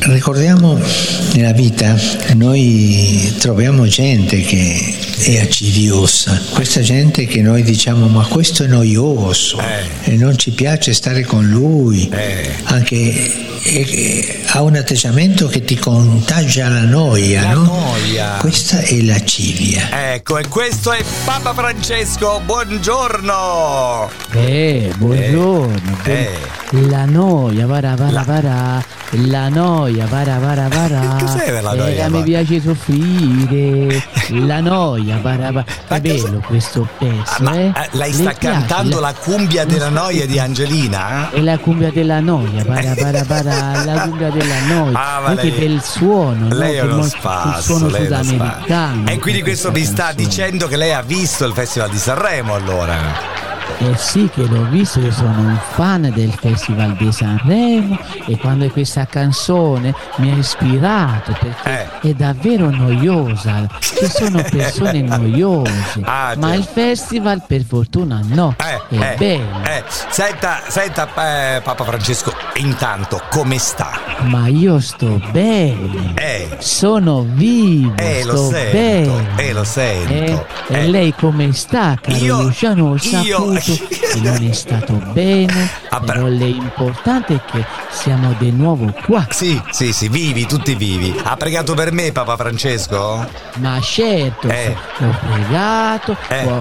Ricordiamo nella vita noi troviamo gente che è accidiosa, questa gente che noi diciamo ma questo è noioso e non ci piace stare con lui, anche ha un atteggiamento che ti contagia la noia, no? Noia. Questa è la civia. Ecco, e questo è Papa Francesco, buongiorno! Buongiorno. La noia, varà, la noia, varà. Cos'è la noia? Mi piace soffrire, la noia, varà. È bello questo pezzo, lei sta cantando la cumbia della noia di Angelina? È la cumbia della noia, varà, la cumbia della noia. Anche del suono, lei è uno il spazio, suono sudamericano. E quindi questo mi sta dicendo che lei ha visto il Festival di Sanremo, allora? Sì, che l'ho visto, io sono un fan del Festival di Sanremo e quando questa canzone mi ha ispirato perché è davvero noiosa, ci sono persone noiose, ma il festival per fortuna no, è bello. Senta Papa Francesco, intanto come sta? Ma io sto bene, sono vivo, sto bene. Lo sento. E lei come sta, caro Luciano? Ho saputo che non è stato bene, però l'importante è che siamo di nuovo qua. Sì, vivi, tutti vivi. Ha pregato per me Papa Francesco? Ma certo, ho pregato,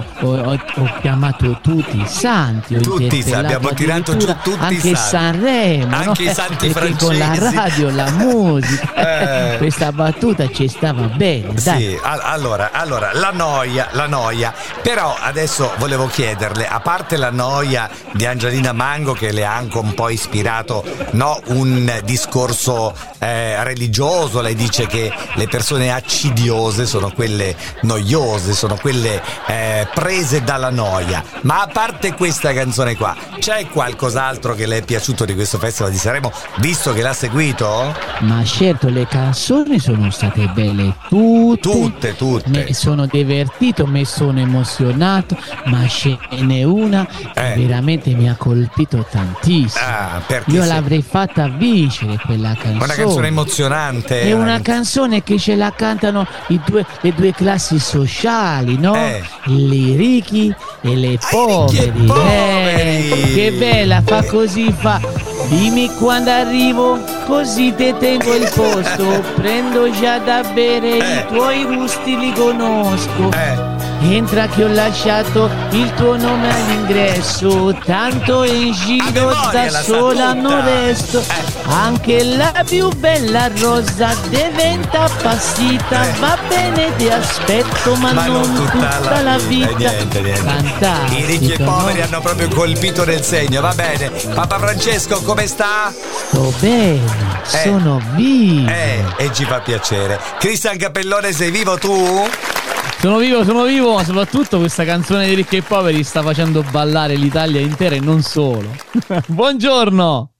ho chiamato tutti i santi, abbiamo tirato giù tutti anche i santi. Sanremo, anche i santi francesi. Con la radio, la musica, questa battuta ci stava bene, dai. Sì, allora, la noia. Però adesso volevo chiederle, a parte la noia di Angelina Mango che le ha anche un po' ispirato, no, un discorso religioso, lei dice che le persone accidiose sono quelle noiose, sono quelle prese dalla noia, ma a parte questa canzone qua c'è qualcos'altro che le è piaciuto di questo Festival di Sanremo, visto che l'ha seguito? Ma certo, le canzoni sono state belle tutte. Mi sono divertito, mi sono emozionato, ma ce n'è una che veramente mi ha colpito tantissimo. Io l'avrei fatta vincere quella canzone. Una canzone emozionante. È una canzone che ce la cantano le due classi sociali, no? I ricchi e le poveri. Che bella, fa così, fa. Dimmi quando arrivo, così te tengo il posto. Prendo già da bere, i tuoi gusti li conosco. Entra che ho lasciato il tuo nome all'ingresso, tanto in giro da sola non resto. Anche la più bella rosa diventa appassita. Va bene, ti aspetto, ma non tutta la vita. Niente. I ricchi e poveri hanno proprio colpito nel segno, va bene. Papa Francesco, come sta? Sto bene, sono vivo. E ci fa piacere. Cristian Cappellone, sei vivo tu? Sono vivo, ma soprattutto questa canzone di ricchi e poveri sta facendo ballare l'Italia intera e non solo. Buongiorno!